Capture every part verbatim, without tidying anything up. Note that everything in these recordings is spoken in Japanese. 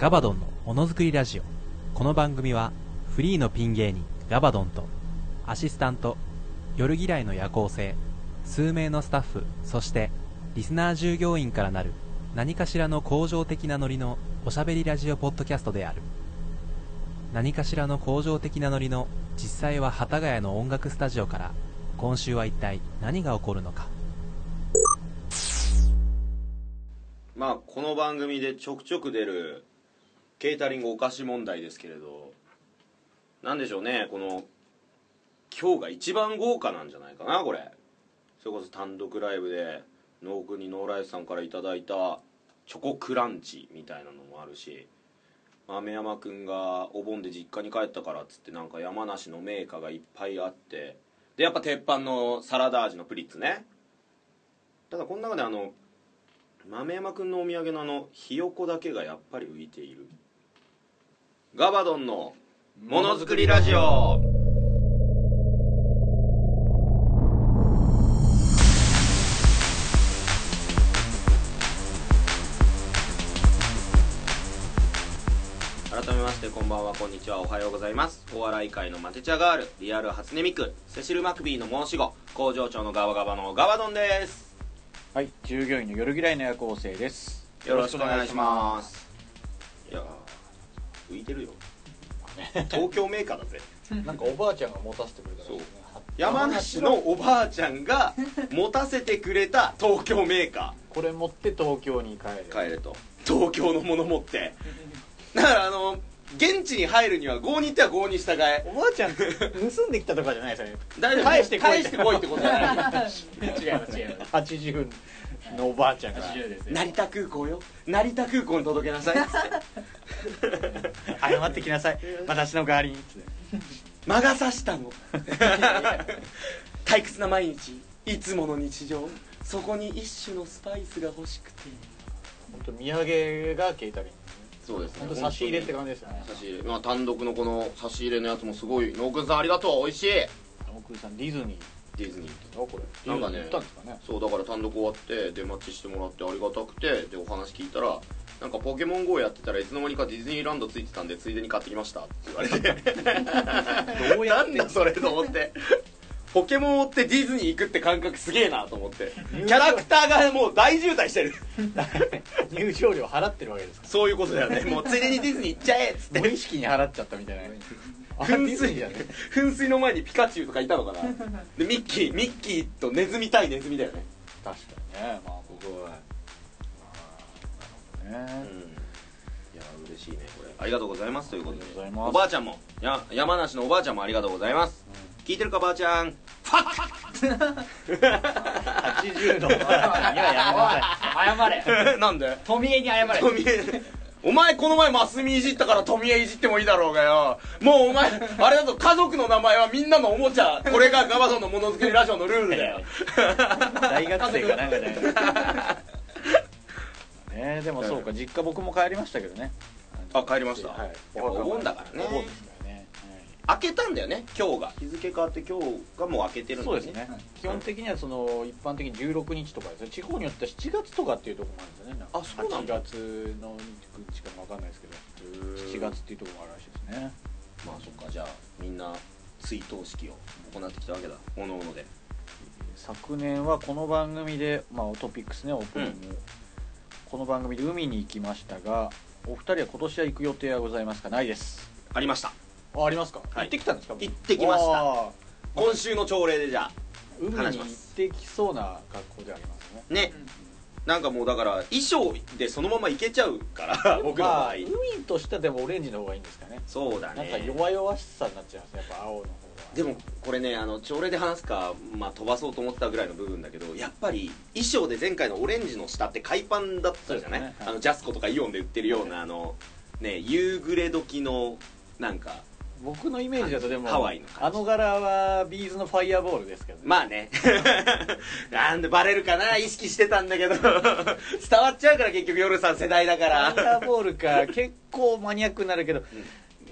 ガバドンのものづくりラジオ。この番組はフリーのピン芸人ガバドンとアシスタント、夜嫌いの夜行性、数名のスタッフ、そしてリスナー従業員からなる何かしらの向上的なノリのおしゃべりラジオポッドキャストである。何かしらの向上的なノリの実際は幡ヶ谷の音楽スタジオから、今週は一体何が起こるのか。 まあこの番組でちょくちょく出るケータリングお菓子問題ですけれど、なんでしょうね、この今日が一番豪華なんじゃないかな。これそれこそ単独ライブでノークにノーライスさんからいただいたチョコクランチみたいなのもあるし、豆山くんがお盆で実家に帰ったからっつってなんか山梨の銘菓がいっぱいあって、でやっぱ鉄板のサラダ味のプリッツね。ただこの中であの豆山くんのお土産のあのひよこだけがやっぱり浮いている。ガバドンのものづくりラジオ。改めましてこんばんは、こんにちは、おはようございます。お笑い界のマテ茶ガール、リアル初音ミク、セシル・マクビーの申し子、工場長のガバガバのガバドンです。 はい、従業員の夜嫌いの夜行性です。 よろしくお願いします。いや浮いてるよ東京メーカーだぜなんかおばあちゃんが持たせてくれた、ね、 そう山梨のおばあちゃんが持たせてくれた東京メーカーこれ持って東京に帰る帰れと、東京のもの持ってだからあの現地に入るには郷に行っては郷に従え。 おばあちゃん盗んできたとかじゃないですよね。 大丈夫、 返してこい返してこいってことじゃない違います違います。はちじゅうのおばあちゃんが成田空港よ、成田空港に届けなさいっつって謝ってきなさい私の代わりにっつって魔が差したの退屈な毎日、いつもの日常、そこに一種のスパイスが欲しくて。 本当土産がケータリング。 そうですね、 本当差し入れって感じですよね。 差し入れ、まあ、単独のこの差し入れのやつもすごい。ノーくんさんありがとう、美味しい。 ノーくんさんディズニーディズニーあこれなんかね、 行ったんですかね。 そうだから単独終わって出待ちしてもらってありがたくて、でお話聞いたらなんかポケモン ゴー やってたらいつの間にかディズニーランドついてたんでついでに買ってきましたって言われてどうやってなんだそれと思ってポケモン追ってディズニー行くって感覚すげえなと思って、キャラクターがもう大渋滞してる入場料払ってるわけですか。 そういうことだよね。もうついでにディズニー行っちゃえっつって無意識に払っちゃったみたいな噴水じゃね、噴水の前にピカチュウとかいたのかなでミッキーミッキーとネズミ対ネズミだよね。 確かにね。まあ僕はなるほどね、うん、いや嬉しいねこれ。ありがとうございますということで、 おばあちゃんもや山梨のおばあちゃんもありがとうございます、うん、聞いてるかばあちゃん。ファッはちじゅうのおばあちゃんにはやめなさい。 謝れなんで富江に謝れ。 富江お前この前マスミいじったから富江いじってもいいだろうがよ。もうお前あれだと家族の名前はみんなのおもちゃ。これがガバドンのものづくりラジオのルールだよ大学生かなんかだよね。でもそうか、実家僕も帰りましたけどね。 あ帰りました、 はい、 やっぱお盆だからね。 お盆ですからね、 はい、開けたんだよね今日が。日付変わって今日がもう開けてるんだよね。 そうですね、はい、基本的にはその一般的にじゅうろくにちとかですね。地方によってはしちがつとかっていうところもあるんですよね。 あそうなんだ。 はちがつのにちかも分かんないですけどしちがつっていうところもあるらしいですね。 まあそっか、じゃあみんな追悼式を行ってきたわけだ、おのおので。 昨年はこの番組で、まあ、トピックスねオープニング、うん、この番組で海に行きましたが、お二人は今年は行く予定はございますか。ないです。 ありました。 あ、ありますか、 はい、 行ってきたんですか。 行ってきました。今週の朝礼でじゃあ海に行ってきそうな格好でありますね。 ね、うん、なんかもうだから衣装でそのまま行けちゃうから僕の場合、 海としてはでもオレンジの方がいいんですかね。 そうだね。 なんか弱々しさになっちゃいますね、やっぱ青の方が。 でもこれね、あの朝礼で話すか、まあ、飛ばそうと思ったぐらいの部分だけど、やっぱり衣装で前回のオレンジの下って海パンだったじゃない、ね、はい、あのジャスコとかイオンで売ってるようなあのね、夕暮れ時のなんか僕のイメージだとでもハワイのあの柄はビーズのファイアボールですけど、ね、 まあねなんでバレるかな、意識してたんだけど伝わっちゃうから結局夜さん世代だからファイアボールか結構マニアックになるけど、うん、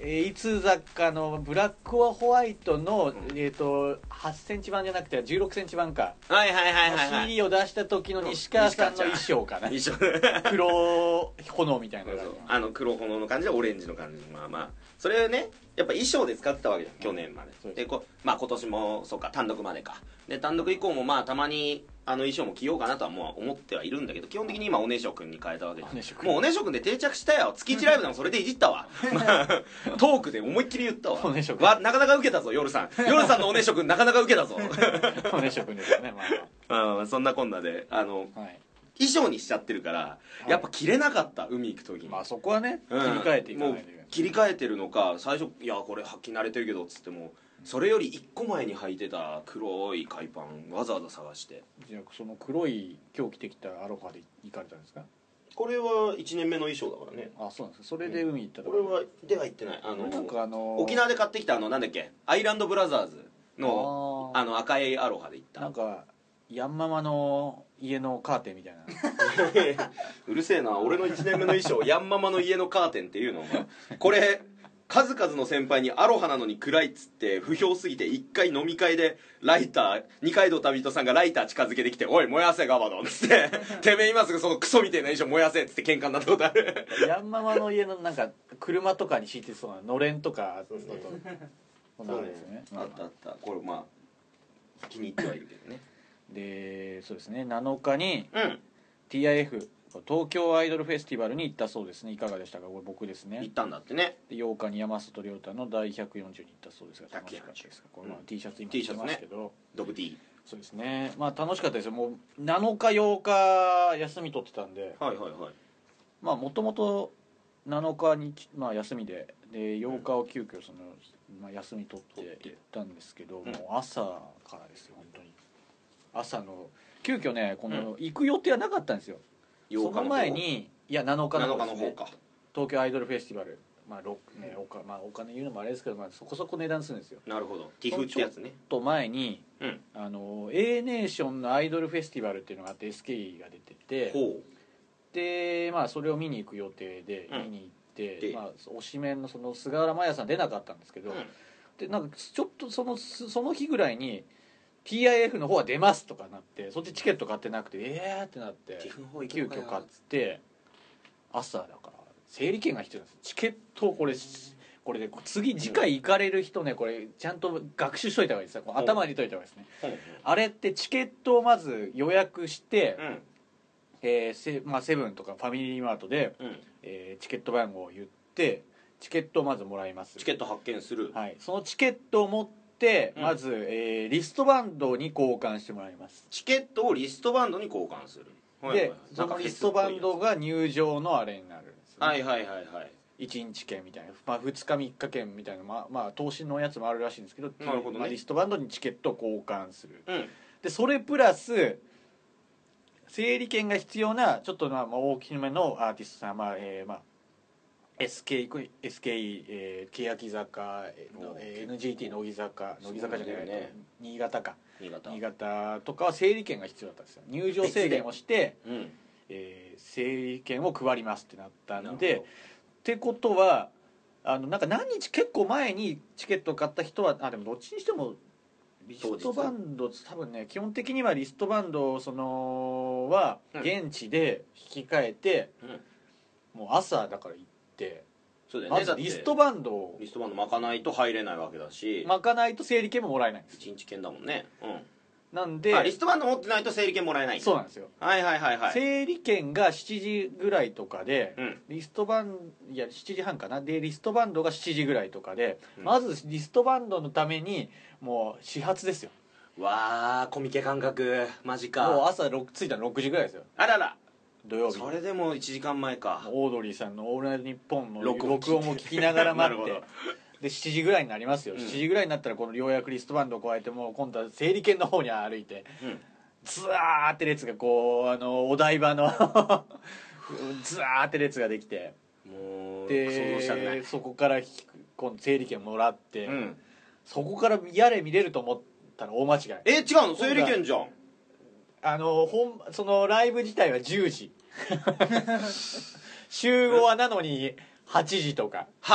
えー、いつ坂のブラックオアホワイトの、 うんえー、とはちセンチ版じゃなくてじゅうろくセンチ版か、 はいはいはいはいはいシーディー を出した時の西川さんの衣装かな、 一緒黒炎みたいなそうそうあの黒炎の感じでオレンジの感じ、まあまあそれねやっぱ衣装で使ってたわけじゃん去年まで、 そうですでこまあ今年もそうか単独までかで単独以降もまあたまにあの衣装も着ようかなとはもう思ってはいるんだけど基本的に今おねしょくんに変えたわけじゃんおねしょくんもうおねしょくんで定着したよ月いちライブでもそれでいじったわ、まあ、トークで思いっきり言ったわおねしょくんわなかなか受けたぞ夜さん夜さんのおねしょくんなかなか受けたぞおねしょくんですよね、まあまあそんなこんなであのはい、 衣装にしちゃってるからやっぱ着れなかった海行く時に、 まあそこはね、 うん切り替えていかないといけない、 もう切り替えてるのか最初いやこれ履き慣れてるけどっつってもそれよりいっこまえに履いてた黒い海パンわざわざ探してじゃあその黒い今日着てきたアロハで行かれたんですか？ これはいちねんめの衣装だからねあ、そうなんですか。それで海行ったとこれはでは行ってないあのなんかあのー沖縄で買ってきたあのなんだっけアイランドブラザーズのあーあの赤いアロハで行ったなんかヤンママの家のカーテンみたいなうるせえな俺のいちねんめの衣装ヤンママの家のカーテンっていうのお前これ数々の先輩にアロハなのに暗いっつって不評すぎて一回飲み会でライター二階堂旅人さんがライター近づけてきて「おい燃やせガバドン」っつって「てめえ今すぐそのクソみてえな衣装燃やせ」っつって喧嘩になったことあるヤンママの家のなんか車とかに敷いてそうなのれんとかだとそんなのですよね。 あったあったこれまあ気に入ってはいるけどねでそうですねなのかにうんティーアイエフ 東京アイドルフェスティバルに行ったそうですね。いかがでしたか？これ僕ですね。 行ったんだってねでようかに山里亮太の第ひゃくよんじゅうに行ったそうですが楽しかったですか？これまあうん T シャツ今 T 着てますけど、 ドブ T そうですねまあ楽しかったですよ。もうなのかようか休み取ってたんで、 はいはいはいまあもともとなのかに、まあ、休みででようかを急遽その、まあ、休み取って行ったんですけど、 うんもう朝からですよ本当に朝の急遽ねこの、行く予定はなかったんですよ。その前にいやなのかの方ですね、 なのかの方か東京アイドルフェスティバル、まあろねおかまあ、お金言うのもあれですけど、まあ、そこそこ値段するんですよ。 なるほどティフってやつねちょっと前にうんあの A ネーションのアイドルフェスティバルっていうのがあって エスケーイー が出ててほで、まあ、それを見に行く予定でうん見に行って、 でまあ、推しメンのその菅原麻也さん出なかったんですけど、 ううんでなんかちょっとそのその日ぐらいに ティーアイエフ の方は出ますとかなってそっちチケット買ってなくてええーってなってティフの方行急くのかよ遽買って朝だから整理券が必要なんです。チケットをこれこれで次次回行かれる人ねこれちゃんと学習しといた方がいいですよ。こう頭に入れといた方がいいですね。 うんあれってチケットをまず予約して、 うんえーセまあ、セブンとかファミリーマートで、 うんえーチケット番号を言ってチケットをまずもらいます。 チケット発見するはい、そのチケットを持ってうんまず、えーリストバンドに交換してもらいます。 チケットをリストバンドに交換するはいはいでそのリストバンドが入場のあれになるんですよね、 はいはいはいはいいちにち券みたいな、まあ、ふつかみっか券みたいな、まあ、まあ投資のやつもあるらしいんですけど、 なるほどねまあ、リストバンドにチケットを交換する。 うんでそれプラス整理券が必要なちょっとまあまあ大きめのアーティストさん、まあえーまあ、エスケー、エスケー、えー、欅坂、えーえーエヌジーティー 乃木坂乃木坂じゃない、 そうだよね新潟か新潟新潟とかは整理券が必要だったんですよ。入場制限をして、 うんえー整理券を配りますってなったなるほどんでってことはあのなんか何日結構前にチケットを買った人はあでもどっちにしてもリストバンド多分ね基本的にはリストバンドそのはうん現地で引き換えて、 うんもう朝だから行ってそうだよねだってまずリストバンドをリストバンド巻かないと入れないわけだし巻かないと整理券ももらえないんです。 一日券だもんねうんなんであリストバンド持ってないと整理券もらえないんだそうなんですよ、 はいはいはいはい整理券がしちじぐらいとかで、 うんリストバンいやしちじはんかなでリストバンドがしちじぐらいとかで、 うんまずリストバンドのためにもう始発ですよ。 わあコミケ感覚マジもうか朝ろく着いたのろくじぐらいですよあらら土曜日。 それでもいちじかんまえかオードリーさんの「オールナイトニッポン」の録録音音も聞きながら待ってなるほどでしちじぐらいになりますよ、 うんしちじぐらいになったらこのようやくリストバンドを加えてもう今度は整理券の方に歩いてうんズワーって列がこうあのお台場のズワーって列ができてもう想像したくないでそこから引く今度整理券もらって、 うんそこからやれ見れると思ったら大間違い。 え違うの整理券じゃんあの本そのライブ自体はじゅうじ集合はなのにはちじとかは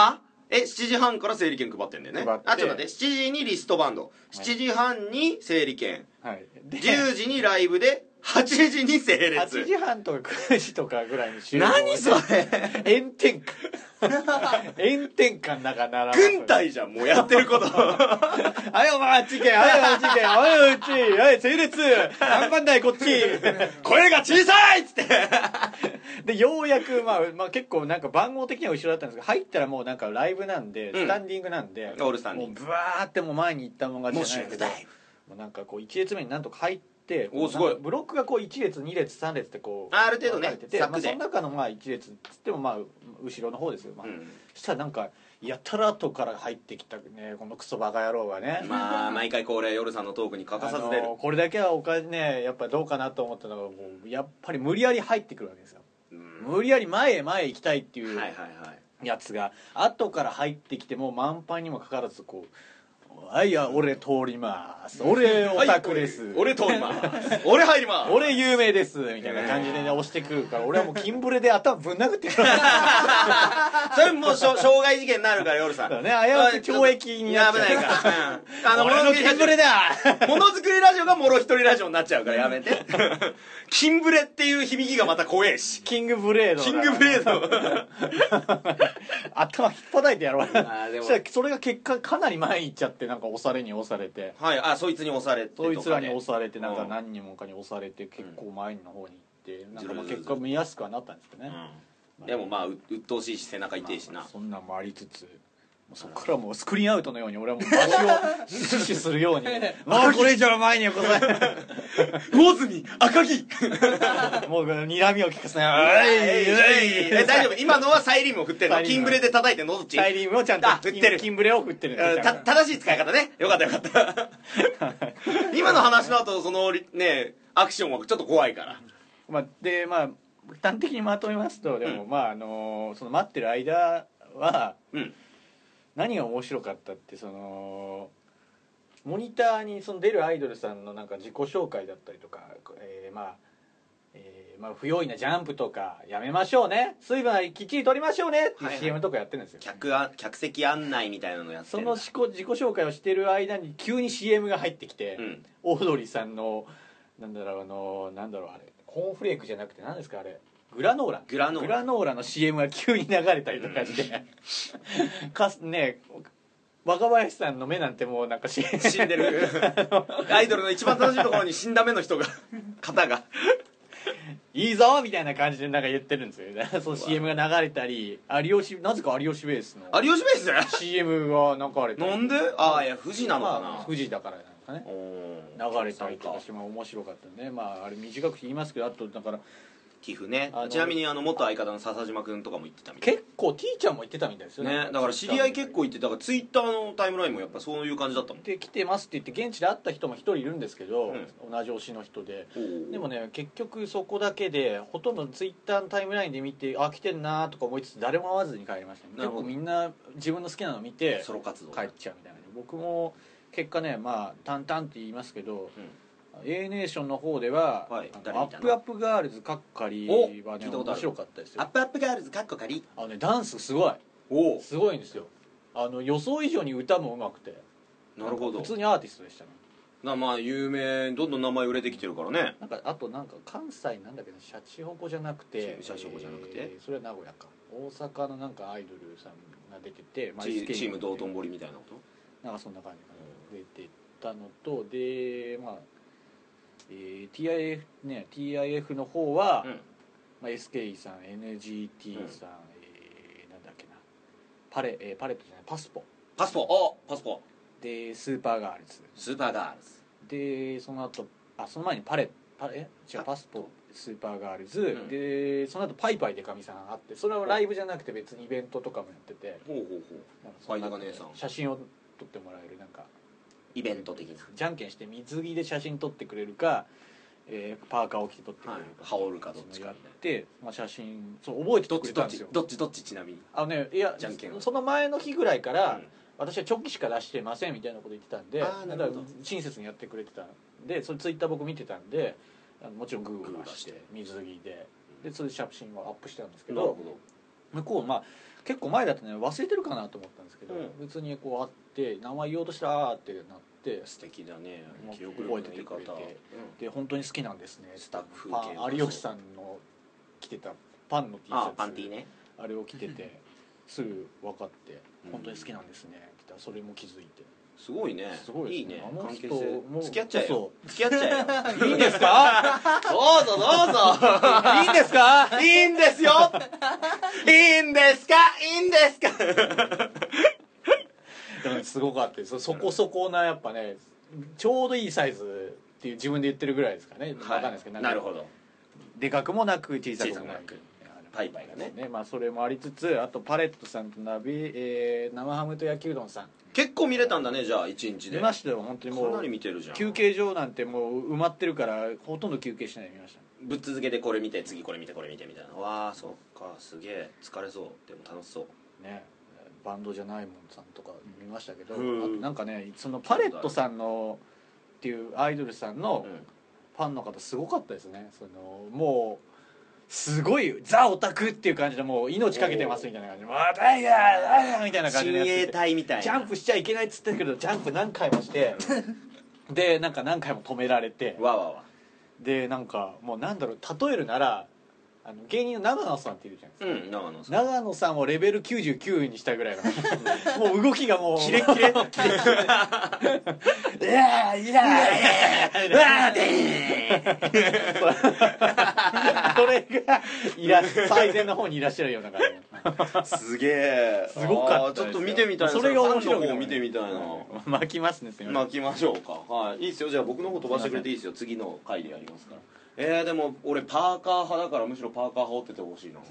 えしちじはんから整理券配ってんだよね。 配ってあちょっと待って、しちじにリストバンド、しちじはんに整理券、 はい、でじゅうじにライブではちじに整列。 はちじはんとかくじとかぐらいに集合。 何それ炎天下炎天下の中並ぶ軍隊じゃん、もうやってることはいお前あっち行けはいあっち行けはいあっちはい整列何番台こっち声が小さいっつってでようやく、まあ、まあ結構なんか番号的には後ろだったんですけど、入ったらもうなんかライブなんで、 うんスタンディングなんで、 オールスタンディングもうブワーってもう前に行ったもん勝ちじゃないけど、 もう主役もうなんかこういち列目になんとか入っておすごいなんかブロックがこういち列に列さん列ってこうある程度ね分かれてて、まあ、 柵でその中のまあいち列っつってもまあ後ろの方ですよ、まあうんそしたらなんかやたら後から入ってきたねこのクソバカ野郎がね、 まあ毎回これ夜さんのトークに欠かさず出る、 あのーこれだけはお金ねやっぱどうかなと思ったのがもうやっぱり無理やり入ってくるわけですよ、 うん無理やり前へ前へ行きたいっていうはいはいはいやつが後から入ってきてもう満杯にもかかわらずこう「はいや俺通ります俺オタクです、 はい俺通ります俺入ります俺有名です」みたいな感じで、ね、押してくるから俺はもうキンブレで頭ぶん殴ってくるそれもうしょ傷害事件になるから夜さんだね危うく懲役になっちゃう危ないから、うんあの俺のキンブレだものづくりラジオがもろ一人ラジオになっちゃうからやめてキンブレっていう響きがまた怖えしキングブレードだキングブレード頭引っ叩いてやろうあーでもそしたらそれが結果かなり前に行っちゃってなんか押されに押されてはいあそいつに押されてとかねそいつらに押されてなんかうん何人もかに押されて結構前の方に行ってなんかまあずるずる結果見やすくはなったんですけどね、 うんでもまあう鬱陶しいし背中痛いしな、 そんなんもありつつもうそこからもうスクリーンアウトのように俺はもう場所を死守するようにああこれ以上前には来ない魚住赤木もう睨みを聞かせえないえ大丈夫今のはサイリウムを振ってるのサイリウムキンブレで叩いてんのどっちサイリウムをちゃんとあ振ってるキンブレを振ってるうんた正しい使い方ねよかったよかった今の話の後そのねアクションはちょっと怖いからまあでまあ端的にまとめますとでも、 うんまああのその待ってる間はうん何が面白かったってそのモニターにその出るアイドルさんのなんか自己紹介だったりとか、えー、まあ、えー、まあ不用意なジャンプとかやめましょうね水分はきっちり取りましょうねっていう シーエム とかやってるんですよ、 客あ客席案内みたいなのやってそんだの自己自己紹介をしてる間に急に シーエム が入ってきて、 うんオードリーさんのなんだろうあのなんだろうあれコーンフレークじゃなくて何ですかあれグラノーラグラノーラの シーエム が急に流れたりとかして、かすね若林さんの目なんてもうなんか死死んでるアイドルの一番楽しいところに死んだ目の人が方がいいぞみたいな感じでなんか言ってるんですよねその シーエム が流れたり有吉なぜか有吉ベースの有吉ベースシーエム が流れたりなんでああいや富士なのかな、 まあ、富士だからなんですかねおー流れたりとかしてまあ面白かったねまああれ短く言いますけどあとだから寄付ねあのちなみにあの元相方の笹島君とかも言ってたみたい結構 T ちゃんも言ってたみたいですよねだから知り合い結構いてだからツイッターのタイムラインもやっぱそういう感じだったもんで来てますって言って現地で会った人も一人いるんですけど、 うん同じ推しの人でおーでもね結局そこだけでほとんどツイッターのタイムラインで見てあ来てんなとか思いつつ誰も会わずに帰りましたね結なるほど構みんな自分の好きなの見てソロ活動帰っちゃうみたいな僕も結果ねまあ淡々って言いますけど、A ネーションの方では、 はいあの誰見たのアップアップガールズかっかりおはね聞いたことある面白かったですよアップアップガールズカッコ仮あのねダンスすごいおおすごいんですよあの予想以上に歌も上手くてなるほど普通にアーティストでしたねなまあ有名どんどん名前売れてきてるからねなんかあとなんか関西なんだけどシャチホコじゃなくてシャチホコじゃなくてえーそれは名古屋か大阪のなんかアイドルさんが出てて、まあ、 チエスケーチーム道頓堀みたいなこなんかそんな感じが出てたのとでまあ、えー、ティーアイエフ ね ティーアイエフ の方は、 とうんまあ、エスケーイー さん エヌジーティー さん、えーなんだっけなパレ、えーパレットじゃないパスポパスポおパスポでスーパーガールズスーパーガールズでその後あその前にパレパレ違うパスポスーパーガールズ、 うんでその後パイパイデカミさんあってそれはライブじゃなくて別にイベントとかもやっててほうほうほうなんかそのパイデカ姉さん写真を撮ってもらえるなんかイベント的なじゃんけんして水着で写真撮ってくれるか、えーパーカーを着て撮ってくれるか、 はい羽織るかどっちかやって、まあ、写真そう覚えてどてっちどっちくれたんですよどっちどっちちなみにあのねいやじゃんけんはその前の日ぐらいから、 うん私はチョキしか出してませんみたいなこと言ってたんであーなるほどだから親切にやってくれてたんでそれツイッター僕見てたんであのもちろんグーを出しグー出してて水着ででそれで写真をアップしてたんですけどなるほ向こうまあ結構前だとね忘れてるかなと思ったんですけど、 うん普通にこう会って名前言おうとしたらあーってなって素敵だねもう記憶力の覚えててくれて言い方、 で本当に好きなんですねスタッフパ系ン有吉さんの着てたパンの T シャツあパンティーねあれを着ててすぐ分かってうん本当に好きなんですねって言ったらそれも気づいてすごいねすごいですねいいねあの関係人性もう付き合っちゃえよそ付き合っちゃえよいいんですかどうぞどうぞいいんですかいいんですよいいんですかいいんですかでもすごかったですそこそこなやっぱねちょうどいいサイズっていう自分で言ってるぐらいですかね、分かんないですけどなるほどでかくもなく小さくもなく小さくなくパイパイがねまあそれもありつつあとパレットさんとナビ、えー、生ハムと焼きうどんさん結構見れたんだねじゃあ一日で見ましたよ本当にもうかなり見てるじゃん休憩所なんてもう埋まってるからほとんど休憩しないで見ましたぶっ続けてこれ見て次これ見てこれ見てみたいなわあそっかすげえ疲れそうでも楽しそうねバンドじゃないもんさんとか見ましたけど、 うんあとなんかねそのパレットさんのっていうアイドルさんのうんファンの方すごかったですねそのもうすごいザ・オタクっていう感じでもう命かけてますみたいな感じで「まあタイガータイガー」みたいな感じでや親衛ってて隊みたいなジャンプしちゃいけないっつってるけどジャンプ何回もしてでなんか何回も止められてわわわでなんかもうなんだろう例えるならあの芸人の長野さんっているじゃないですか、 うん長野さん長野さんをレベルきゅうじゅうきゅうにしたぐらいのもう動きがもうキレッキレキレッキレいやーいやーうわーでーそれがいら最前の方にいらっしゃるような感じーすげえすごかったですよあーちょっと見てみたいなそれが面白いファンの方見てみたいな巻きますねすみません巻きましょうかはいいいっすよじゃあ僕の方飛ばしてくれていいっすよ次の回でやりますからえー、でも俺パーカー派だからむしろパーカー羽織っててほしいな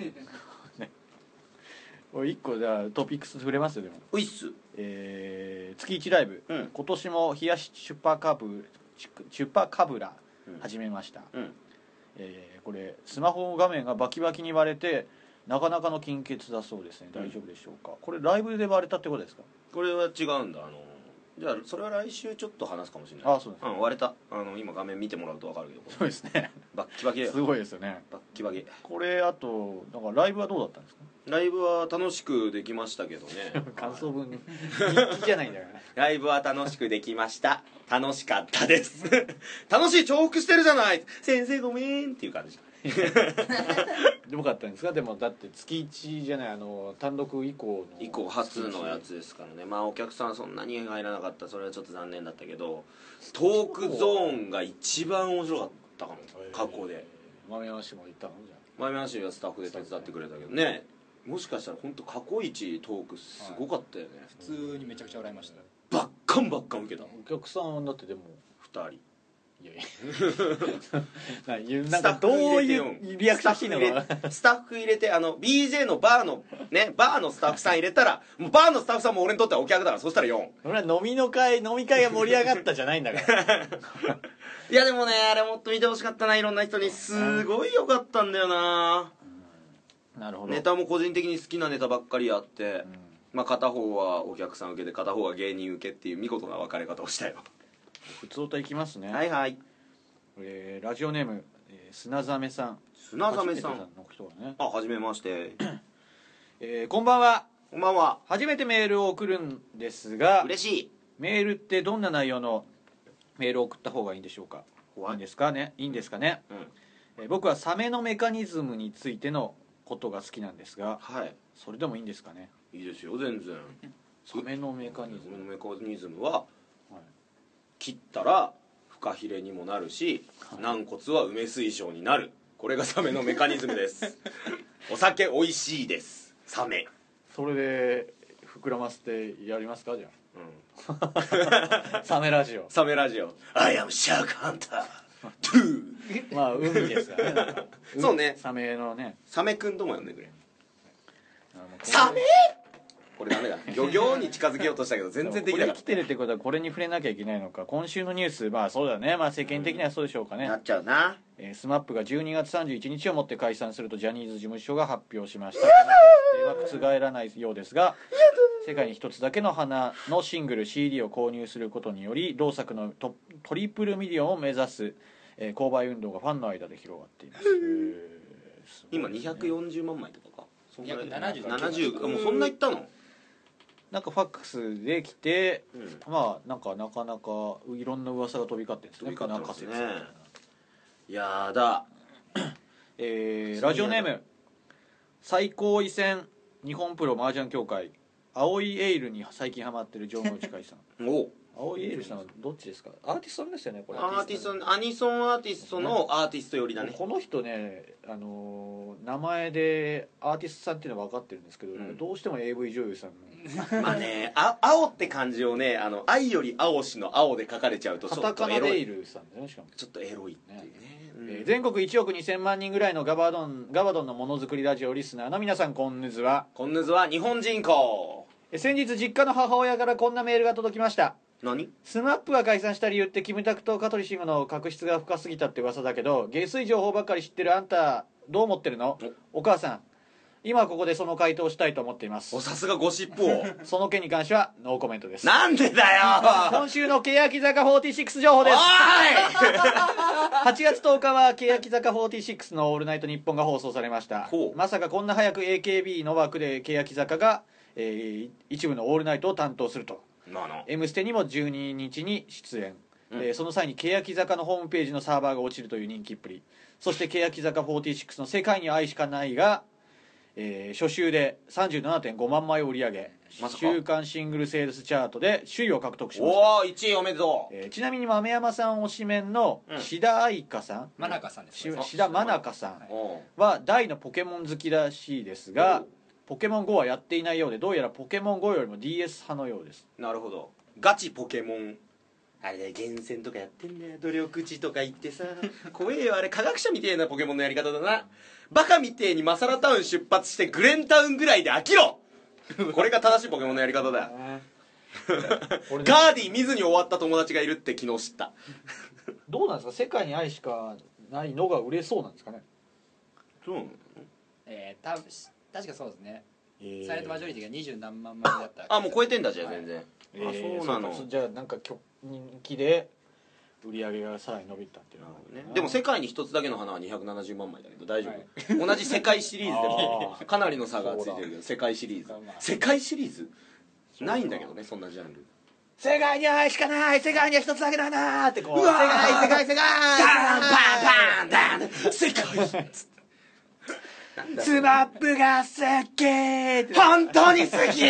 いっこじゃあトピックス触れますよでもういっすえー、月いちライブ、 うん今年も冷やしチュパカブチュパカブラうん始めました、 うんえーこれスマホ画面がバキバキに割れてなかなかの金欠だそうですね大丈夫でしょうか、これライブで割れたってことですかこれは違うんだあのじゃあそれは来週ちょっと話すかもしれないあそうですん、割れたあの今画面見てもらうと分かるけどそうですねバッキバキだよすごいですよねバッキバキこれあとなんかライブはどうだったんですかライブは楽しくできましたけどね感想文日記じゃないんだからライブは楽しくできました楽しかったです楽しい重複してるじゃない先生ごめんっていう感じどうかったんですかでもだって月いちじゃないあの単独以降の以降初のやつですからねまあお客さんそんなに入らなかったそれはちょっと残念だったけどトークゾーンが一番面白かったかも過去で豆山氏も行ったのじゃ前話はスタッフで手伝ってくれたけどねもしかしたら本当過去一トークすごかったよね、 普通にめちゃくちゃ笑いました。 バッカンバッカン受けたあお客さんだってでもふたりいやいやななんかどういうリアクションしていいのかスタッフ入れてあの ビージェー のバーのねバーのスタッフさん入れたらもうバーのスタッフさんも俺にとってはお客だからそしたらよん俺は飲みの会飲み会が盛り上がったじゃないんだからいやでもねあれもっと見てほしかったないろんな人にすごい良かったんだよななるほどネタも個人的に好きなネタばっかりあって、 うんまあ片方はお客さん受けて片方は芸人受けっていう見事な分かれ方をしたよ普通歌いきますね、 はいはいえーラジオネーム、えー砂ザメさん砂ザメさん初めての人がね、 あはじめましてえーこんばんはこんばんは初めてメールを送るんですが嬉しいメールってどんな内容のメールを送った方がいいんでしょうかいいんですかねいいんですかね、 うんえー僕はサメのメカニズムについてのことが好きなんですがはいそれでもいいんですかねいいですよ全然サメのメカニズム、 そのメカニズムははい切ったらフカヒレにもなるし軟骨は梅水晶になるこれがサメのメカニズムですお酒美味しいですサメそれで膨らませてやりますかじゃうんあサメラジオサメラジオ I am Shark Hunter トゥーまあ海ですからねなんかそうねサメのねサメくんとも呼んでくれあのサメこれダメだ漁業に近づけようとしたけど全然できなかっこれ生きてるってことはこれに触れなきゃいけないのか今週のニュースまあそうだねまあ世間的にはそうでしょうかねたなっちゃうなえー、スマップがじゅうにがつさんじゅういちにちをもって解散するとジャニーズ事務所が発表しました。この決定は覆らないようですが世界に一つだけの花のシングル シーディー を購入することにより同作の ト, トリプルミリオンを目指す、えー購買運動がファンの間で広がっています。 今にひゃくよんじゅうまんまいとかかそんぐらい約ななじゅうななじゅうもうそんな言ったの？ なんかファックスで来て、 うん、 まあなんかなかなかいろんな噂が飛び交ってるんですね。 飛び交ってますね。 不仲説やだえー、ラジオネーム最高位戦日本プロ麻雀協会青いエールに最近ハマってる城之内海さんお青いエールさんはどっちですか？アーティストさんですよねこれ。 アーティストアニソンアーティストのアーティスト寄りだね。 この人ね、あのー名前でアーティストさんっていうのは分かってるんですけど、 うん、 どうしても エーブイ 女優さんのまあねあ青って漢字をねあの愛より青しの青で書かれちゃうとちょカタカナっとエロいでいるさんですね。しかもちょっとエロいっていうね、うん、 えー全国いちおくにせんまんにんぐらいのガバドンガバドンのものづくりラジオリスナーの皆さん、こんぬずは。 こんぬずは日本人口。 え先日実家の母親からこんなメールが届きました。 何？ スマップが解散した理由ってキムタクと香取慎吾の確執が深すぎたって噂だけど、下水情報ばっかり知ってるあんたどう思ってるの？お母さん、今ここでその回答をしたいと思っています。 おさすがゴシップをその件に関してはノーコメントです。 なんでだよ今週の欅坂フォーティーシックス情報です。はちがつとおかは欅坂フォーティーシックスのオールナイトニッポンが放送されました。まさかこんな早く エーケービー の枠で欅坂が、えー、一部のオールナイトを担当すると。 まあな M ステにもじゅうににちに出演、 うんえーその際に欅坂のホームページのサーバーが落ちるという人気っぷり。そして欅坂フォーティーシックスの世界に愛しかないが、えー初週で さんじゅうななてんごまんまいを売り上げ、 まさか週間シングルセールスチャートで首位を獲得しました。 おおいちいおめでとう、 えーちなみに豆山さん推しメンのうん志田愛花さん、 真中さんですしね。 志田真中さんおうは大のポケモン好きらしいですが、ポケモン ゴー はやっていないようで、どうやらポケモン ゴー よりも ディーエス 派のようです。 なるほど。ガチポケモンあれで厳選とかやってんだよ。努力値とか言ってさ怖えよあれ。科学者みてえなポケモンのやり方だな。バカみてえにマサラタウン出発してグレンタウンぐらいで飽きろこれが正しいポケモンのやり方だよガーディ見ずに終わった友達がいるって昨日知ったどうなんですか、世界に愛しかないのが売れそうなんですかね。 そうなの？ えー、た確かそうですね。 えーサイレントマジョリティが二十何万枚だった。 あもう超えてんだじゃあ全然、 えーあそうなのそうかじゃあなんか人気で売り上げがさらに伸びたっていうのは、 ね、でも世界に一つだけの花はにひゃくななじゅうまんまいだけど大丈夫、 はい同じ世界シリーズでもあーかなりの差がついてるけど世界シリーズ世界シリーズないんだけどねそんなジャンル。 世界に愛しかない、世界には一つだけだなーってこう、 うわー世界世界世界ダンバンバンダン世界スマップが好きーって本当に好き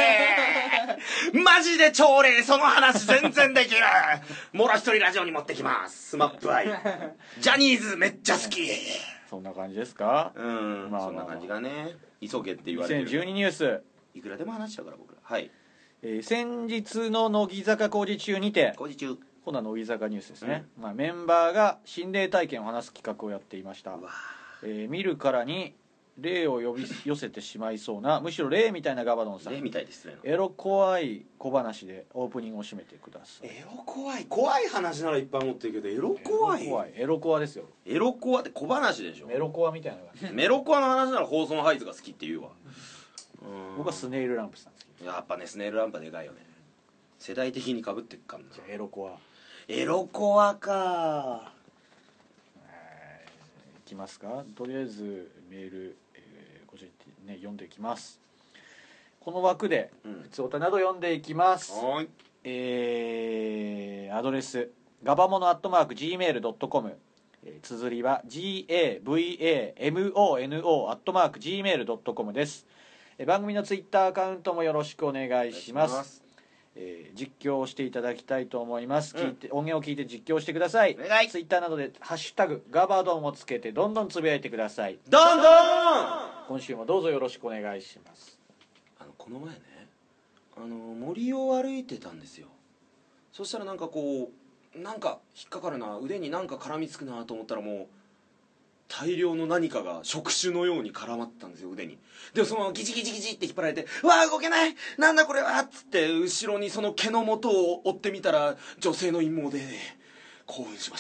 マジで超霊その話全然できるもろ一人ラジオに持ってきますスマップ愛ジャニーズめっちゃ好きそんな感じですか。 うん、 まあまあそんな感じがね急げって言われてるにせんじゅうにニュース、 いくらでも話しちゃうから僕らはいえー先日の乃木坂工事中にて、 工事中今度は乃木坂ニュースですね、まあ、メンバーが心霊体験を話す企画をやっていました。 うわえー見るからに霊を呼び寄せてしまいそうな、むしろ霊みたいなガバドンさん、 霊みたいですねエロ怖い小話でオープニングを締めてください。 エロ怖い怖い話ならいっぱい持ってるけどエロ怖いエロ怖いエロコアですよ。 エロコアって小話でしょ。 メロコアみたいなのがメロコアの話なら放送のハイズが好きって言うわ。うん僕はスネイルランプさん好き。 やっぱねスネイルランプはでかいよね。世代的に被ってっかんな。 じゃあエロコアエロコアかいきますか。とりあえずメール、えーこちらに、ね、読んでいきます。この枠でうん普通歌など読んでいきます。 はーいえーアドレスガバモノアットマーク ジーメールドットコム、えー綴りは ジーエーブイエーエムオーエヌオー アットマーク ジーメールドットコム です。えー番組のツイッターアカウントもよろしくお願いします。 お願いしますえー実況をしていただきたいと思います、 うん聞いて音源を聞いて実況してください。 お願いツイッターなどで「ハッシュタグガバドン」をつけてどんどんつぶやいてください。 どんどん今週もどうぞよろしくお願いします。 あのこの前ねあの森を歩いてたんですよ。そしたらなんかこうなんか引っかかるな腕になんか絡みつくなと思ったらもう大量の何かが触手のように絡まったんですよ腕に。でもそのままギチギチギチって引っ張られて「うわー動けないなんだこれは」っつって後ろにその毛の元を追ってみたら女性の陰謀で興奮しました。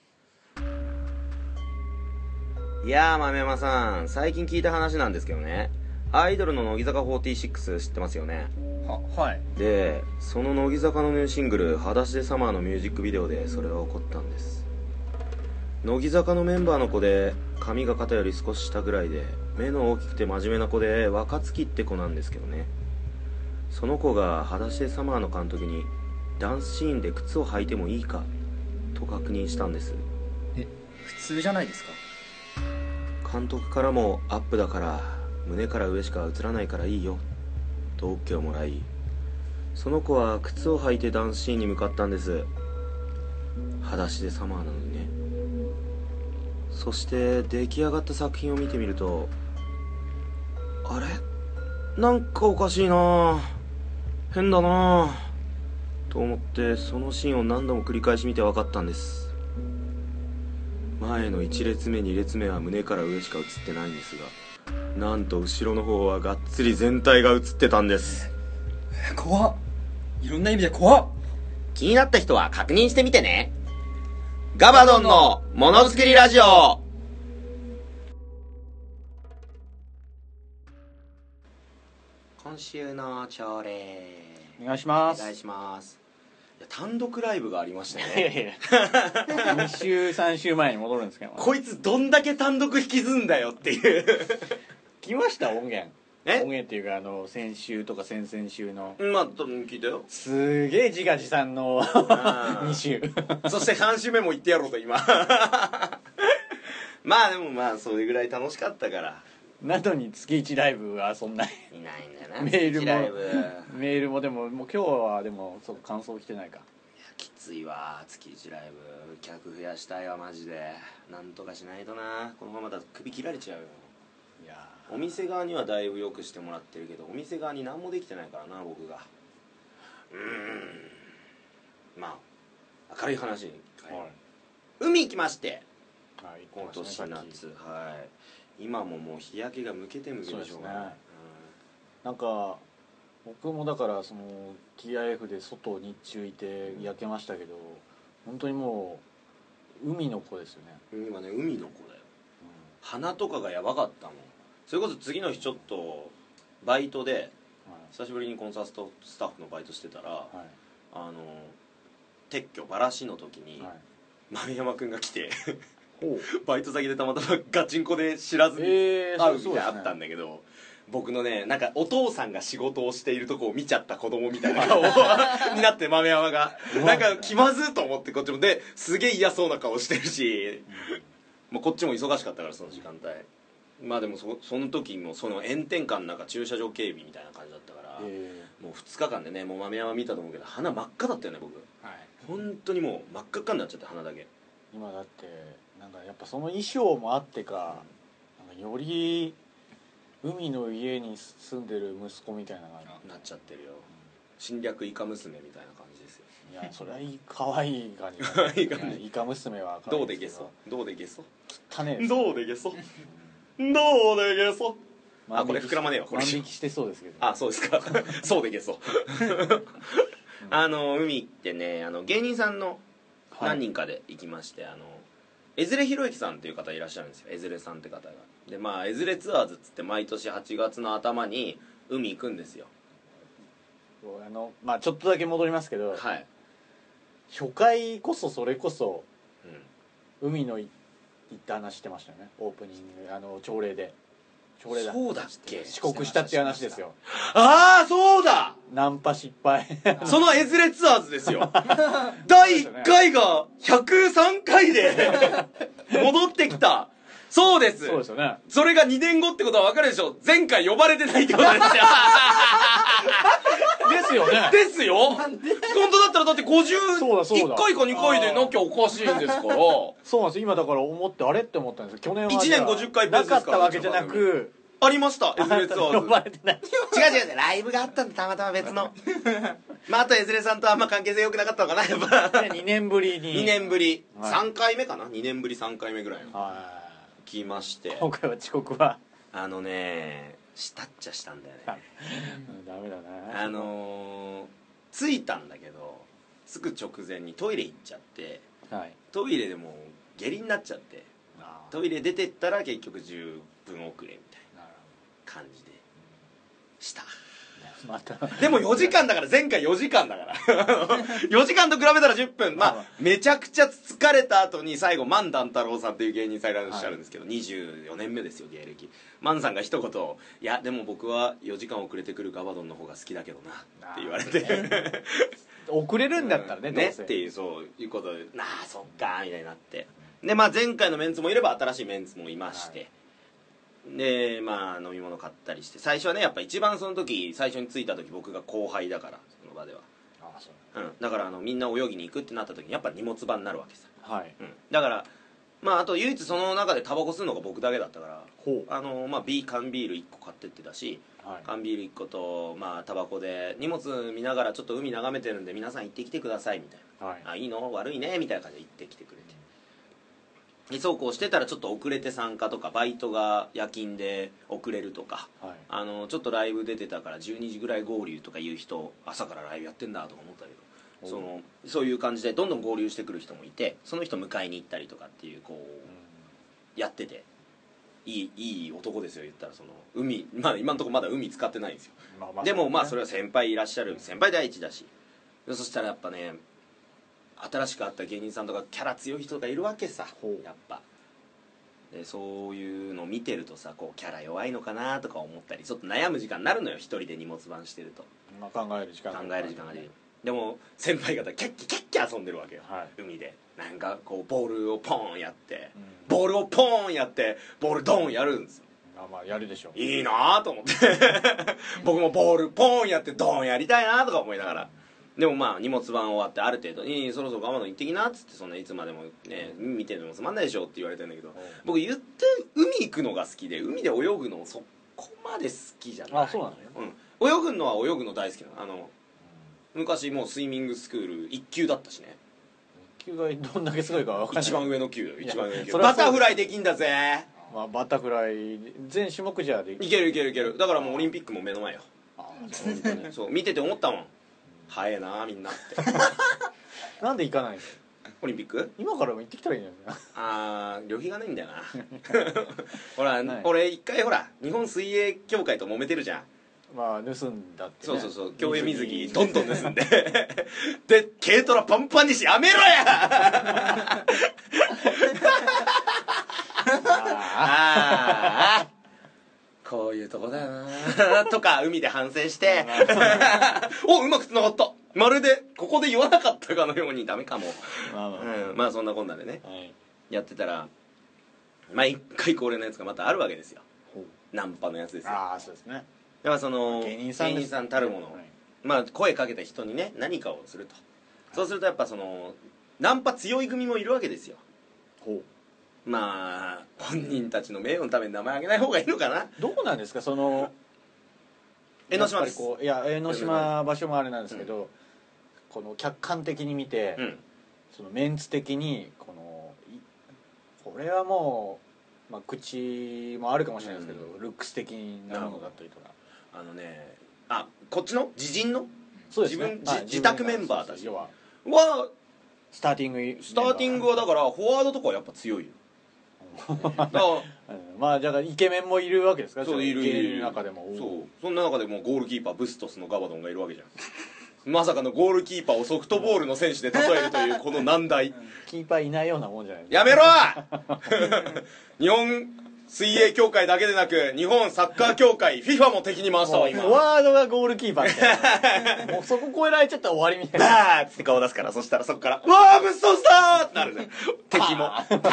いやー豆山さん最近聞いた話なんですけどねアイドルの乃木坂フォーティーシックス知ってますよね。 ははいでその乃木坂のニューシングル「裸足でサマー」のミュージックビデオでそれが起こったんです。 乃木坂のメンバーの子で髪が肩より少し下ぐらいで目の大きくて真面目な子で若月って子なんですけどね。その子が裸足でサマーの監督にダンスシーンで靴を履いてもいいかと確認したんです。 え、普通じゃないですか。 監督からもアップだから胸から上しか映らないからいいよと OK をもらい、その子は靴を履いてダンスシーンに向かったんです。裸足でサマーなのにね。そして出来上がった作品を見てみると、あれなんかおかしいな、変だなと思って、そのシーンを何度も繰り返し見て分かったんです。前のいち列目に列目は胸から上しか映ってないんですが、なんと後ろの方はがっつり全体が映ってたんです。 怖っ。いろんな意味で怖っ。 気になった人は確認してみてね。ガバドンのものづくりラジオ。今週の朝礼お願いします。 お願いします。いや単独ライブがありましたいやね。 いやに週さん週前に戻るんですけど、 こいつどんだけ単独引きずんだよっていう来ました音源。 え音源っていうか、あの先週とか先々週のまあ多分聞いたよ。 すげえ自画自賛のあーに週そしてさん週目も言ってやろうと今まあでもまあそれぐらい楽しかったからなのに月いちライブはそんなにいないんだよな。 メールもライブメールもでももう今日はでもそう感想来てないか。 きついわ。月いちライブ客増やしたいわマジで。なんとかしないとな。このままだと首切られちゃうよ。 いやお店側にはだいぶ良くしてもらってるけど、お店側に何もできてないからな僕が。うーんまあ明るい話に変えよう。海行きましてはい、 今年さっき夏、はい今ももう日焼けが向けて向けてしょうがない。 そうですねなんか僕もだからその ティーアイエフ で外日中いて焼けましたけど、本当にもう海の子ですよね。 うん今ね海の子だよ。鼻とかがやばかったもん。それこそ次の日ちょっとバイトで久しぶりにコンサートスタッフのバイトしてたら、 はいあの撤去バラシの時に、 はい丸山くんが来てほうバイト先でたまたまガチンコで知らずにえー会うそうそうですねみたいなあったんだけど、僕のねなんかお父さんが仕事をしているとこを見ちゃった子供みたいな顔になって豆山がなんか気まずっと思って、こっちもですげえ嫌そうな顔してるし、もうこっちも忙しかったからその時間帯。まあでも そ, その時もその炎天下の中駐車場警備みたいな感じだったから、 えもうふつかかんでね、もう豆山見たと思うけど鼻真っ赤だったよね僕。 はい本当にもう真っ赤っかになっちゃって鼻だけ。 ー今だってなんかやっぱその衣装もあってか、なんかより海の家に住んでる息子みたいな感なっちゃってるよ。侵略イカ娘みたいな感じですよ。 じ。いやそれはいい可愛い感じ可愛い感じやイカ娘は可愛どいうですけでゲソどうでゲソ汚ねえですどうでゲソどうでゲソ。 万引きあこれ膨らまねえわこれ万引きしてそうですけど、 あそうですかそうでゲソあの海行ってね、あの芸人さんの何人かで行きまして、あの江連博之さんっていう方いらっしゃるんですよ。江連さんって方が。でまあ江連ツアーズっつって毎年はちがつの頭に海行くんですよ。 あのまあちょっとだけ戻りますけど、 はい、 初回こそそれこそうん、 海のい行った話してましたよね。オープニングあの朝礼で朝礼だそうだっけ。 遅刻したっていう話ですよ。 ああそうだナンパ失敗そのエズレツアーズですよだいいっかいがひゃくさんかいで戻ってきた。そうです。 そうですよね。 それがにねんごってことは分かるでしょ。前回呼ばれてないってことですよですよね。 ですよ本当だったらだってごじゅうそうだそうだいっかいかにかいでなきゃおかしいんですからそうなんですよ。今だから思ってあれって思ったんですよ。去年はいちねんごじゅっかいペーなかっスですからたわけじゃなくありましたエズレツアー呼ばれてない。 ズ。違う違う違うライブがあったんでたまたま別のまああとエズレさんとあんま関係性良くなかったのかなやっぱにねんぶりににねんぶり、 はいさんかいめかな、にねんぶりさんかいめぐらいのは来ましてい。今回は遅刻はあのねしたっちゃしたんだよねうんダメだな。 あのー、着いたんだけど着く直前にトイレ行っちゃって、 はい。 トイレでもう下痢になっちゃって、 あートイレ出てったら結局じゅっぷん遅れみたいななる感じでした。 またでもよじかんだから、前回よじかんだからよじかんと比べたらじゅっぷん。まあめちゃくちゃ疲れた後に最後万段太郎さんっていう芸人さんいらっしゃるんですけど、はい、にじゅうよねんめですよ芸歴。万さんが一言「いやでも僕はよじかん遅れてくるガバドンの方が好きだけどな」って言われて遅れるんだったらね、 うん、 どうせねっていうそういうことで「なあそっか」みたいになって、でまあ前回のメンツもいれば新しいメンツもいまして、はい、でまあ飲み物買ったりして、最初はねやっぱ一番その時最初に着いた時僕が後輩だから、その場ではああそう、 うん、だからあのみんな泳ぎに行くってなった時にやっぱ荷物番になるわけさ、 はい、 うん、だからまああと唯一その中でタバコ吸うのが僕だけだったから、 ほうあのまあ B 缶ビールいっこ買ってってたし、 はい、 缶ビールいっことまあタバコで荷物見ながらちょっと海眺めてるんで皆さん行ってきてくださいみたいな、はい、あいいの悪いねみたいな感じで行ってきてくれて、でそうこうしてたらちょっと遅れて参加とかバイトが夜勤で遅れるとか、はい、あのちょっとライブ出てたからじゅうにじぐらい合流とかいう人、朝からライブやってんだとか思ったけど、そのそういう感じでどんどん合流してくる人もいて、その人迎えに行ったりとかっていうこうやってて、いいいい男ですよ言ったら。その海、まあ今のところまだ海使ってないんですよ、まあまあでもまあそれは先輩いらっしゃる、先輩第一だし、そしたらやっぱね新しく会った芸人さんとかキャラ強い人がいるわけさ、やっぱでそういうのを見てるとさ、こうキャラ弱いのかなとか思ったりちょっと悩む時間になるのよ、一人で荷物番してると、 まあ、考える時間考える時間が出る。でも先輩方キャッキャキャッキャ遊んでるわけよ、はい、海でなんかこうボールをポーンやって、うん、ボールをポーンやってボールドーンやるんですよ。 あまあやるでしょう、 いいなと思って僕もボールポーンやってドーンやりたいなとか思いながら、でもまあ荷物番終わってある程度にそろそろガバドン行ってきなっつって、そんないつまでもね見てるのもつまんないでしょって言われてるんだけど、僕言って海行くのが好きで海で泳ぐのそこまで好きじゃない。 あそうなのよ、 うん、泳ぐのは泳ぐの大好きなの。あの昔もうスイミングスクールいっ級だったしね。 いっ級がどんだけすごいか分かんない。 一番上の級、一番上の級。バタフライできんだぜ。 まあバタフライ全種目じゃできいけるいけるいける。だからもうオリンピックも目の前よ。あそう本当にそう見てて思ったもん。早えなみんなってなんで行かないのオリンピック。 今からも行ってきたらいいんじゃない。 あー旅費がないんだよなほら俺一回ほら日本水泳協会と揉めてるじゃん。 まあ盗んだって、ね、 そうそうそう競泳水着どんどん盗んでで軽トラパンパンにしやめろやああこういうとこだよなとか海で反省しておうまくつながった、まるでここで言わなかったかのように。ダメかも。まあまあ、うん、まあそんなこんなでね、はい、やってたらまあ一回恒例のやつがまたあるわけですよ。ナンパのやつですよ。 ああそうですね。 だからその芸人さん、 芸人さんたるもの、はい、まあ声かけた人にね何かをすると、そうするとやっぱそのナンパ強い組もいるわけですよ。ほう、まあ本人たちの名誉のために名前挙げない方がいいのかな。 どこなんですかその江ノ島です。 いや江ノ島場所もあれなんですけど、うん、この客観的に見て、うん、そのメンツ的にこのこれはもう、まあ、口もあるかもしれないですけど、うん、ルックス的なものだったりとか、 あのねあこっちの自陣のそうです、ね、 自分、まあ、自宅メンバーたちはスターティングスターティングはだからフォワードとかはやっぱ強いよだまあだからイケメンもいるわけですか。 そういるいるいる中でもそうそんな中でもゴールキーパーブストスのガバドンがいるわけじゃんまさかのゴールキーパーをソフトボールの選手で例えるというこの難題キーパーいないようなもんじゃないですか。やめろ日本水泳協会だけでなく日本サッカー協会 フィファ も敵に回したわ今。 フォワードがゴールキーパーみたいなもうそこ超えられちゃったら終わりみたいなバーッって顔出すから、そしたらそこからうわーブストスだーってなるね敵も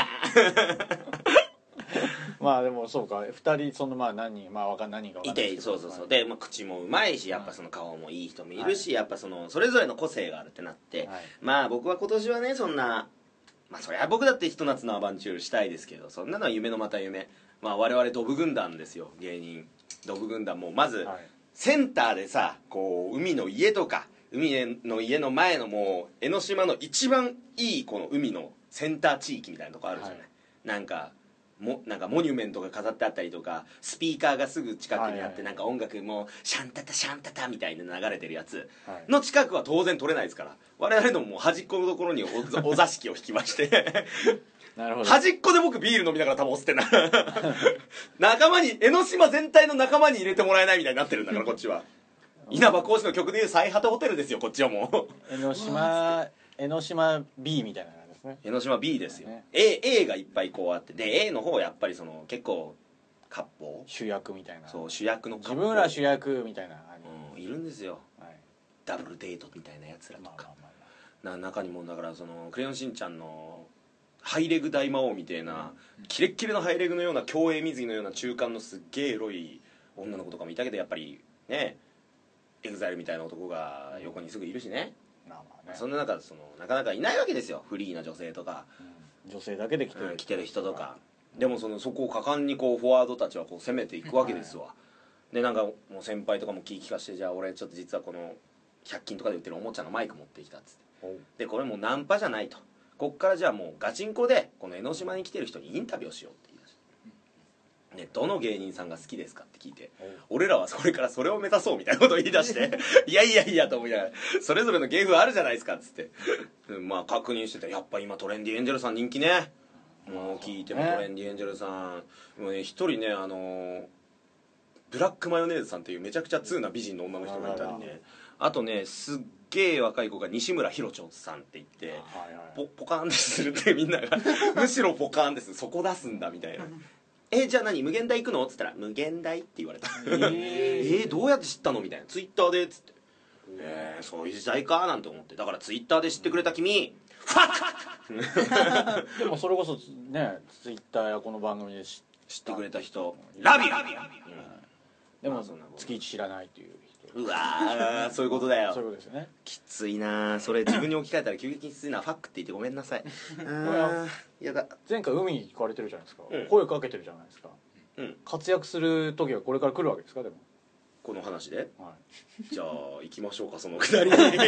まあでもそうかふたりそのまあ何人まあわかん何人か分かんないいてそうそうそうで、まあ、口もうまいしやっぱその顔もいい人もいるし、はい、やっぱそのそれぞれの個性があるってなって、はい、まあ僕は今年はねそんなまあそりゃ僕だってひと夏のアバンチュールしたいですけど、そんなのは夢のまた夢。まあ我々ドブ軍団ですよ芸人ドブ軍団もまず、はい、センターでさこう海の家とか海の家の前のもう江ノ島の一番いいこの海のセンター地域みたいなとこあるじゃない、はい、なんかもなんかモニュメントが飾ってあったりとかスピーカーがすぐ近くにあって、なんか音楽もシャンタタシャンタタみたいな流れてるやつの近くは当然取れないですから、我々のもう端っこのところに お, お座敷を引きましてなるほど端っこで僕ビール飲みながらタバコ吸ってんな仲間に江ノ島全体の仲間に入れてもらえないみたいになってるんだからこっちは稲葉浩志の曲でいう最果てホテルですよこっちはもう江ノ島江ノ島 B みたいな感じですね。 江ノ島 B ですよ、 ね A, A がいっぱいこうあってで A の方はやっぱりその結構割烹主役みたいな。 そう主役の割烹自分ら主役みたいな、 うん、いるんですよはい、 ダブルデートみたいなやつらとまあまかあまあまあな中にもだからそのクレヨンしんちゃんのハイレグ大魔王みたいな、キレッキレのハイレグのような競泳水着のような中間のすっげえエロい女の子とかもいたけどやっぱりねエグザイルみたいな男が横にすぐいるしね、 まあまあね、 そんな中そのなかなかいないわけですよフリーな女性とか、 うん、女性だけで来てる、 うん、来てる人とかでもそのそこを果敢にこうフォワードたちはこう攻めていくわけですわ、でなんかもう先輩とかも気利かしてじゃあ俺ちょっと実はこのひゃく均とかで売ってるおもちゃのマイク持ってきたっつってでこれもうナンパじゃないとこっからじゃあもうガチンコでこの江ノ島に来てる人にインタビューをしようって言い出してでどの芸人さんが好きですかって聞いて俺らはそれからそれを目指そうみたいなことを言い出していやいやいやと思いながらそれぞれの芸風あるじゃないですかっつってまあ確認しててやっぱ今トレンディエンジェルさん人気ねもう聞いてもトレンディエンジェルさんもうね一人ねあのーブラックマヨネーズさんっていうめちゃくちゃ通な美人の女の人がいたりねあとねすっげえ若い子が西村ひろちょさんって言ってはいはい、 ポ, ポカーンってするってみんながむしろポカーンですそこ出すんだみたいなえじゃあ何無限大行くのっつったら無限大って言われたえー、えー、どうやって知ったのみたいなツイッターでっつってえー、そういう時代かなんて思ってだからツイッターで知ってくれた君ファックでもそれこそねツイッターやこの番組で知知ってくれた人ラビー、うん、 でもまあそんなこと月一知らないっていう人うわーそういうことだよそういうことですよね。 きついなそれ自分に置き換えたら急激にきついなファックって言ってごめんなさいあーやだ前回海に行かれてるじゃないですか、 うん声かけてるじゃないですか、 うん活躍する時はこれから来るわけですかでも、 この話ではじゃあ行きましょうかそのくだりにい、おっとい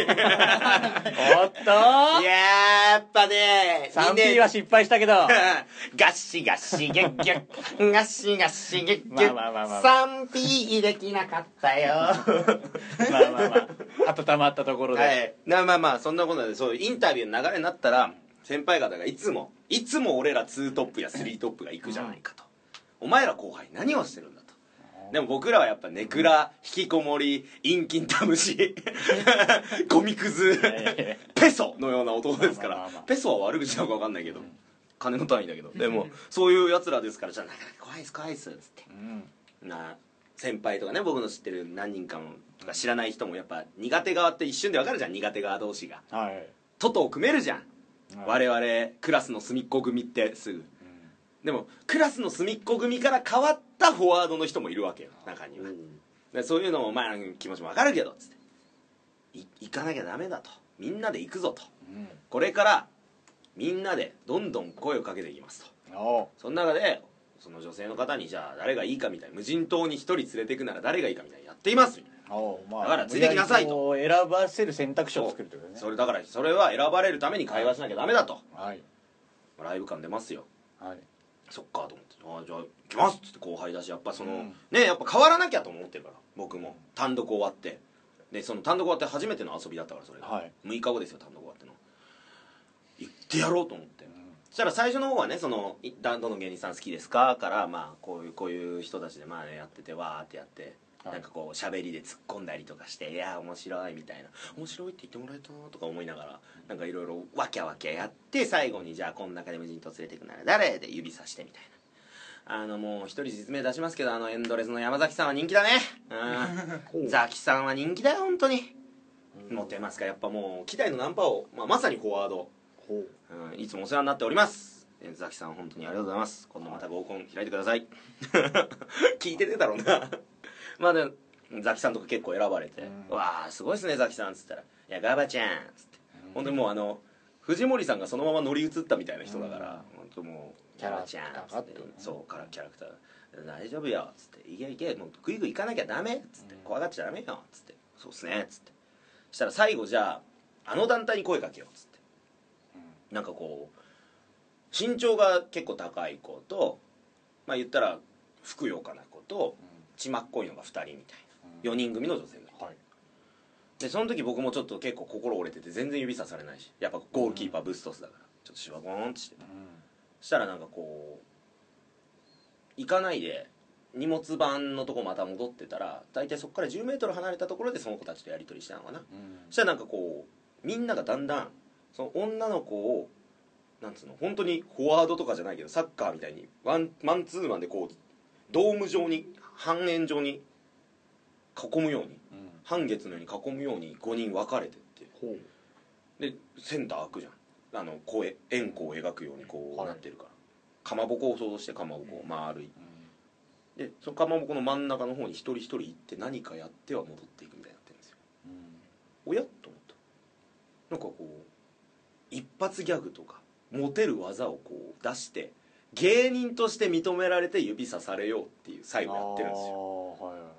やーやっぱねさんピー は失敗したけどガッシガッシゲッゲッガッシガッシゲッゲッまあまあまあまあさんピー できなかったよまあまあまあ温まったところで、 はいなまあまあそんなことでそうインタビューの流れになったら先輩方がいつもいつも俺らツートップやスリートップが行くじゃないかと、お前ら後輩何をしてるんだとでも僕らはやっぱネクラ引きこもり陰菌タムシゴミくずペソのような男ですから、 まあまあまあまあペソは悪口なのか分かんないけど、金の単位だけどでもそういうやつらですからじゃあなかなか怖いです怖いですっつってうんな先輩とかね僕の知ってる何人かもとか知らない人もやっぱ苦手側って一瞬で分かるじゃん苦手側同士がはいトトを組めるじゃん、 はい我々クラスの隅っこ組ってすぐでもクラスの隅っこ組から変わったフォワードの人もいるわけよ中には、でそういうのもまあ気持ちも分かるけどつってい行かなきゃダメだとみんなで行くぞとうんこれからみんなでどんどん声をかけていきますとおその中でその女性の方にじゃあ誰がいいかみたいな無人島に一人連れてくなら誰がいいかみたいなやっていますみたいなおまあだからついてきなさいとこう選ばせる選択肢を作るってことねそれだからそれは選ばれるために会話しなきゃダメだとはいライブ感出ますよはいそっかと思ってあじゃあ行きますっつって後輩だしやっぱその、 うんねやっぱ変わらなきゃと思ってるから僕も単独終わってでその単独終わって初めての遊びだったからそれが、 はいむいかごですよ単独終わっての行ってやろうと思って、そしたら最初の方はねそのいどの芸人さん好きですかからまあこういうこういう人たちでまあ、ね、やっててわーってやってはいなんかこう喋りで突っ込んだりとかして「いや面白い」みたいな「面白いって言ってもらえたな」とか思いながらなんかいろいろわきゃわきゃやって最後にじゃあこの中で無人島連れてくなら誰で指さしてみたいなあのもう一人実名出しますけどあのエンドレスの山崎さんは人気だねうんザキさんは人気だよ本当にモテますかやっぱもう希代のナンパを、まあ、まさにフォワード、 ほううん、いつもお世話になっておりますえザキさん本当にありがとうございます今度また合コン開いてください聞いててだろうなまあでザキさんとか結構選ばれて「 うんわあすごいっすねザキさん」っつったら「いやガバちゃん」っつって本当にもうあの藤森さんがそのまま乗り移ったみたいな人だから本当もう「 キャラガバちゃん」っつってキャラそうからキャラクター「大丈夫よ」っつって「いけいけもうグイグイ行かなきゃダメ」っつって「怖がっちゃダメよ」っつって「そうっすね」っつってしたら最後じゃああの団体に声かけようっつってなんかこう身長が結構高い子とまあ言ったらふくよかな子と血まっこいのがふたりみたいなよにん組の女性がいて、 はいでその時僕もちょっと結構心折れてて全然指さされないしやっぱゴールキーパーブストスだからちょっとシワゴーンってしてた、そしたらなんかこう行かないで荷物番のとこまた戻ってたら大体そこからじゅうメートル離れたところでその子たちとやり取りしたのかな、 うんそしたらなんかこうみんながだんだんその女の子をなんつうの本当にフォワードとかじゃないけどサッカーみたいにワンマンツーマンでこうドーム状に半円状に囲むようにうん半月のように囲むようにごにん分かれてってほうでセンター開くじゃんあのこうえ円弧を描くようにこうはいなってるから、かまぼこを想像してかまぼこ丸いうんでそのかまぼこの真ん中の方に一人一人行って何かやっては戻っていくみたいになってるんですよおやと思ったなんかこう一発ギャグとかモテる技をこう出して芸人として認められて指さされようっていう最後やってるんですよあーはいはい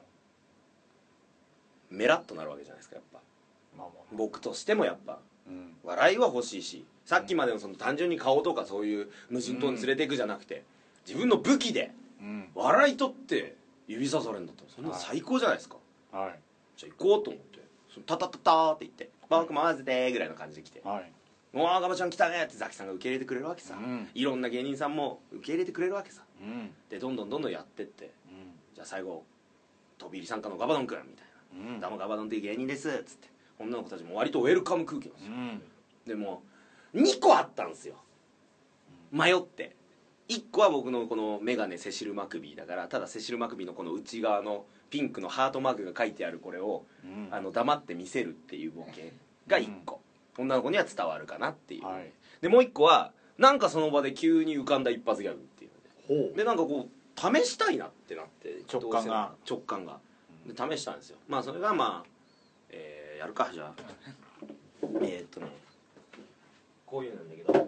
メラッとなるわけじゃないですかやっぱまあまあ僕としてもやっぱうん笑いは欲しいしさっきまでのその単純に顔とかそういう無人島に連れていくじゃなくて自分の武器でうん笑い取って指さされるんだったらそんなの最高じゃないですか、 はいじゃあ行こうと思ってそのタタタターって言って僕も合わせてぐらいの感じで来てはい 「もうガバちゃん来たね」ってザキさんが受け入れてくれるわけさ、 うんいろんな芸人さんも受け入れてくれるわけさうんでどんどんどんどんやってってうんじゃあ最後飛び入り参加のガバドン君みたいなうん 「どうもガバドンっていう芸人です」っつって女の子たちも割とウェルカム空気なんですようんでもにこあったんですよ迷っていっこは僕のこのメガネセシル・マクビーだからただセシル・マクビーのこの内側のピンクのハートマークが書いてあるこれをうんあの黙って見せるっていうボケがいっこ女の子には伝わるかなっていう、 はいでもういっこはなんかその場で急に浮かんだ一発ギャグっていうのでほうでなんかこう試したいなってなって直感がどうしても直感がで試したんですよまあそれがまあ、えーやるかじゃあえー、っとねこういうのなんだけどあの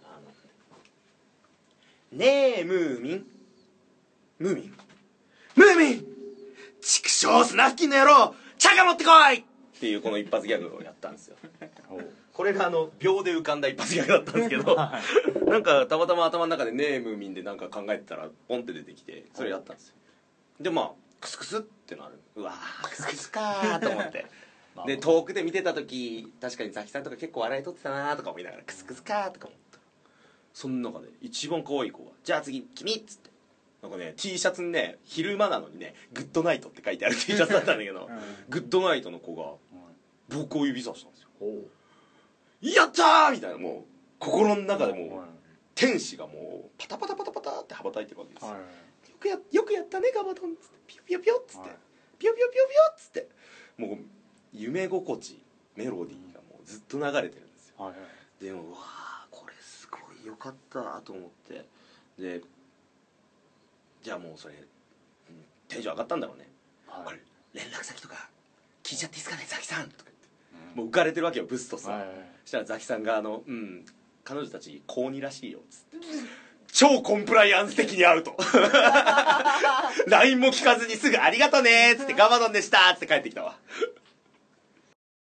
ねえムーミンムーミンムーミン畜生スナフキンの野郎茶が持ってこいっていうこの一発ギャグをやったんですよほうこれがあの秒で浮かんだ一発ギャグだったんですけどなんかたまたま頭の中で「ねえムーミン」でなんか考えてたらポンって出てきてそれやったんですよでまあクスクスってなるうわークスクスかーと思ってで遠くで見てた時確かにザキさんとか結構笑い取ってたなーとか思いながらクスクスかーとか思ったその中で一番可愛い子が「じゃあ次君」っつってなんかね T シャツにね昼間なのにね「グッドナイト」って書いてある T シャツだったんだけどグッドナイトの子が僕を指さしたんですよほやったーみたいなもう心の中でうもう天使がもうパタパタパタパタって羽ばたいてるわけですよ、 はいよくやよくやったねガバドンっつってピヨピヨピヨっつって、 はいピヨピヨピヨピヨっつってもう夢心地メロディーがもうずっと流れてるんですよはいはいでもうわーこれすごいよかったと思ってでじゃあもうそれうんテンション上がったんだろうね、 はいこれ連絡先とか聞いちゃっていいですかねザキさんとか言ってもう浮かれてるわけよブスとさ、 はいはいそしたらザキさんがあの「うん彼女たち高にらしいよ」っつって超コンプライアンス的にアウトライン も聞かずにすぐ「ありがとね」っつって「ガバドンでした」っつって帰ってきたわ